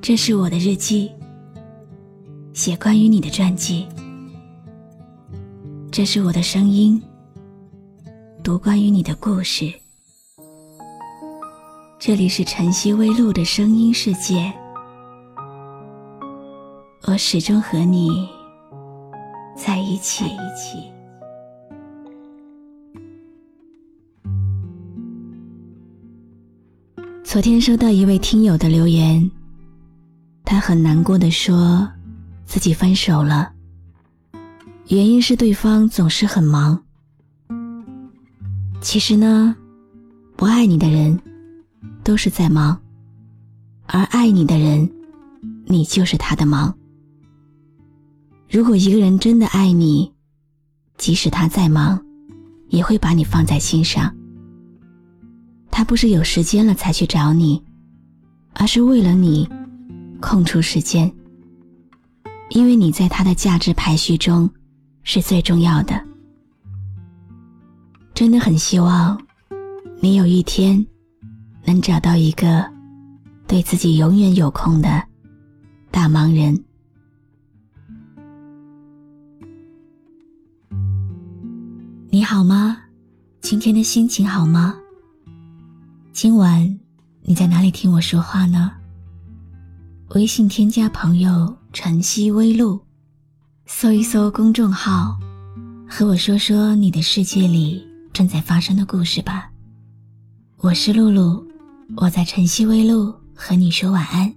这是我的日记，写关于你的传记。这是我的声音，读关于你的故事。这里是晨曦微露的声音世界，我始终和你在一起。昨天收到一位听友的留言，他很难过地说自己分手了，原因是对方总是很忙。其实呢，不爱你的人都是在忙，而爱你的人，你就是他的忙。如果一个人真的爱你，即使他再忙，也会把你放在心上。他不是有时间了才去找你，而是为了你空出时间，因为你在他的价值排序中是最重要的。真的很希望你有一天能找到一个对自己永远有空的大忙人。你好吗？今天的心情好吗？今晚你在哪里听我说话呢？微信添加朋友晨曦微露，搜一搜公众号，和我说说你的世界里正在发生的故事吧。我是露露，我在晨曦微露和你说晚安。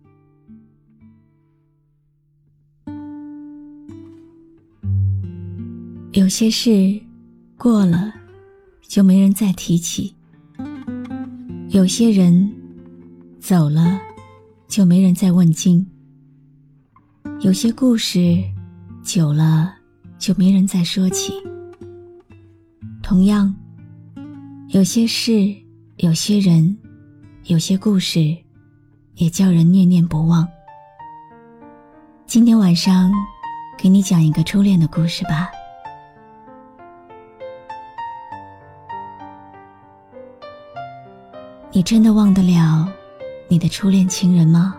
有些事过了就没人再提起，有些人走了就没人再问津，有些故事久了就没人再说起。同样，有些事，有些人，有些故事也叫人念念不忘。今天晚上给你讲一个初恋的故事吧。你真的忘得了你的初恋情人吗？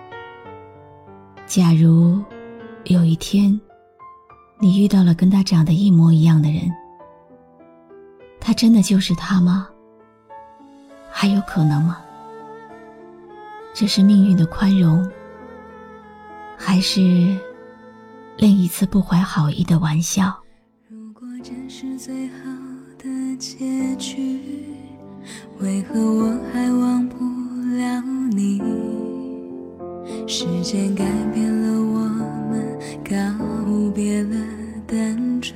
假如有一天你遇到了跟他长得一模一样的人，他真的就是他吗？还有可能吗？这是命运的宽容，还是另一次不怀好意的玩笑？ 如果这是最好的结局，为何我还忘不了你？时间改变了我们，告别了单纯。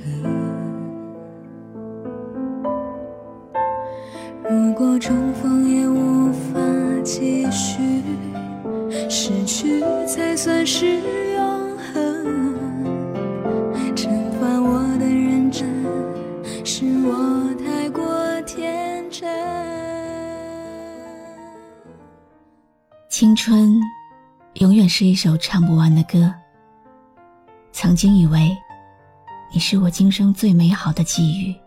如果重逢也无法继续，失去才算是永恒。惩罚我的认真，是我太过天真。 青春永远是一首唱不完的歌。曾经以为你是我今生最美好的际遇，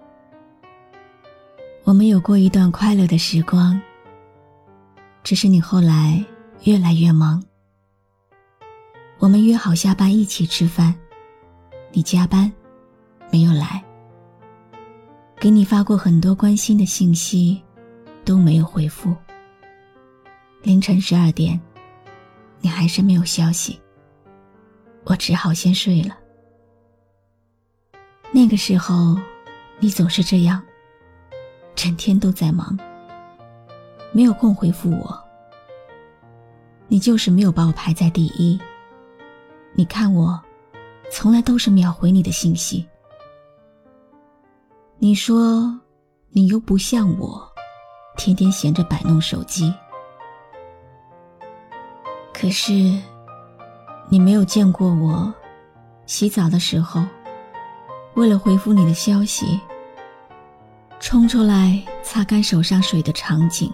我们有过一段快乐的时光，只是你后来越来越忙。我们约好下班一起吃饭，你加班没有来，给你发过很多关心的信息都没有回复。凌晨12点，你还是没有消息，我只好先睡了。那个时候你总是这样，整天都在忙，没有空回复我。你就是没有把我排在第一，你看我从来都是秒回你的信息。你说你又不像我天天闲着摆弄手机，可是你没有见过我洗澡的时候为了回复你的消息冲出来擦干手上水的场景，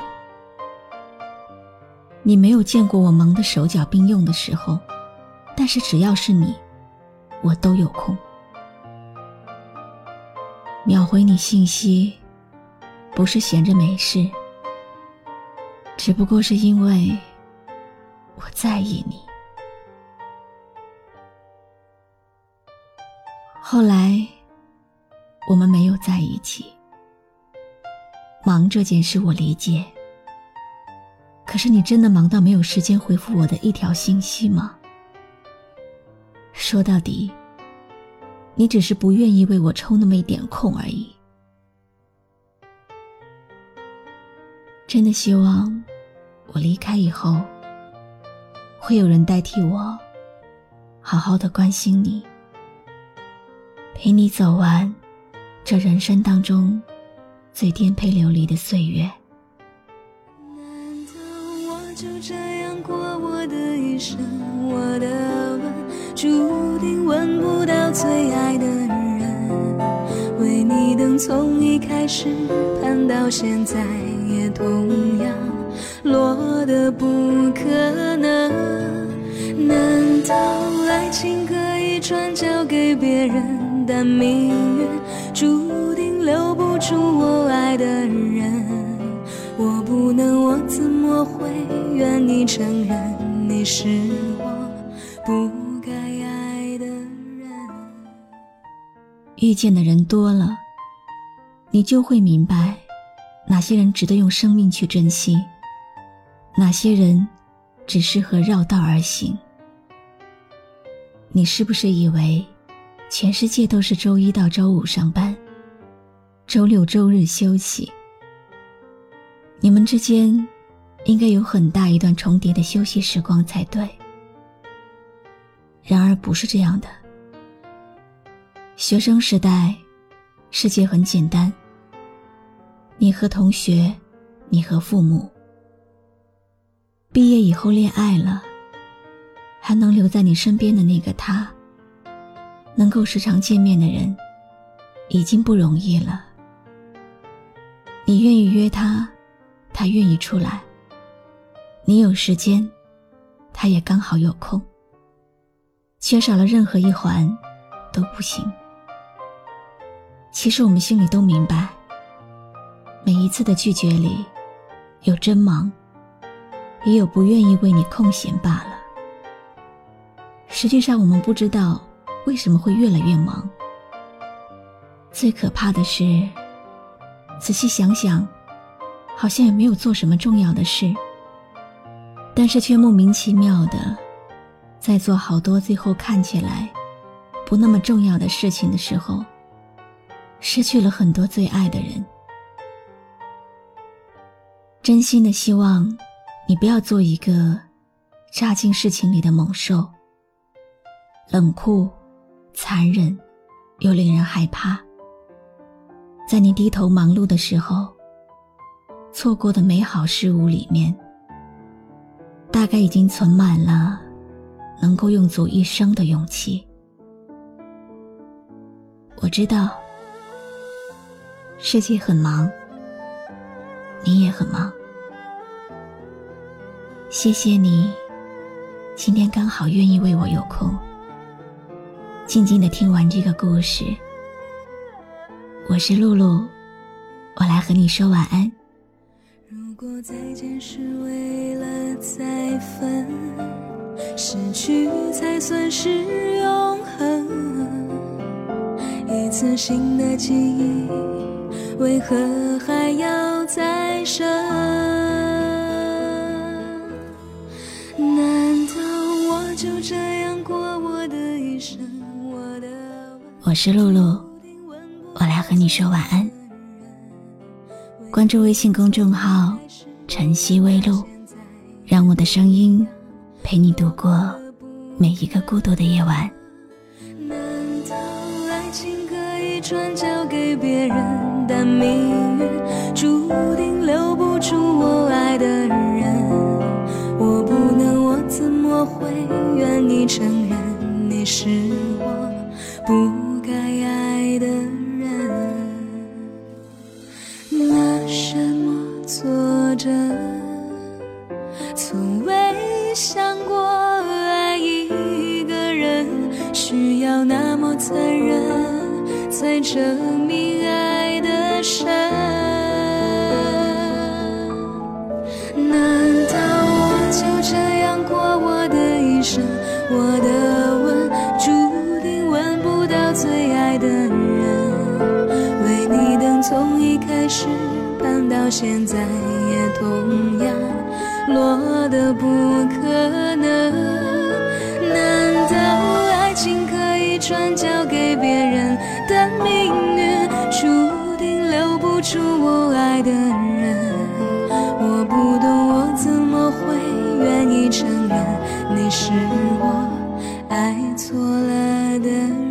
你没有见过我忙得手脚并用的时候，但是只要是你，我都有空。秒回你信息，不是闲着没事，只不过是因为我在意你。后来我们没有在一起。忙这件事我理解，可是你真的忙到没有时间回复我的一条信息吗？说到底，你只是不愿意为我抽那么一点空而已。真的希望我离开以后，会有人代替我，好好的关心你，陪你走完这人生当中最颠沛流离的岁月。 难道我就这样过我的一生？我的吻注定吻不到最爱的人，为你等从一开始盼到现在，也同样落得不可能。难道爱情可以转交给别人，但命运注定留不住我爱的人？我不能，我怎么会愿你承认你是我不该爱的人？ 遇见的人多了，你就会明白哪些人值得用生命去珍惜，哪些人只适合绕道而行。你是不是以为全世界都是周一到周五上班，周六周日休息？你们之间应该有很大一段重叠的休息时光才对。然而不是这样的。学生时代，世界很简单，你和同学，你和父母。毕业以后恋爱了，还能留在你身边的那个他，能够时常见面的人，已经不容易了。你愿意约他，他愿意出来，你有时间，他也刚好有空，缺少了任何一环都不行。其实我们心里都明白，每一次的拒绝里，有真忙，也有不愿意为你空闲罢了。实际上我们不知道为什么会越来越忙。最可怕的是，仔细想想，好像也没有做什么重要的事，但是却莫名其妙的在做好多最后看起来不那么重要的事情的时候，失去了很多最爱的人。真心的希望你不要做一个扎进事情里的猛兽，冷酷、残忍又令人害怕。在你低头忙碌的时候，错过的美好事物里面，大概已经存满了能够用足一生的勇气。我知道世界很忙，你也很忙。谢谢你今天刚好愿意为我有空，静静地听完这个故事。我是露露，我来和你说晚安。 如果再见是为了再分，失去才算是永恒。一次新的记忆，为何还要再生？难道我就这样过我的一生？ 我是露露，我来和你说晚安。关注微信公众号晨曦微露，让我的声音陪你度过每一个孤独的夜晚。 难道爱情可以转交给别人，但命运注定留不住我爱的人？我不能，我怎么会愿你承认你是我不该爱的人？拿什么作证？从未想过爱一个人需要那么残忍，才证明爱的深。难道我就这样过到现在也同样落得不可能。难道爱情可以转交给别人的命运，注定留不住我爱的人？我不懂，我怎么会愿意承认你是我爱错了的人？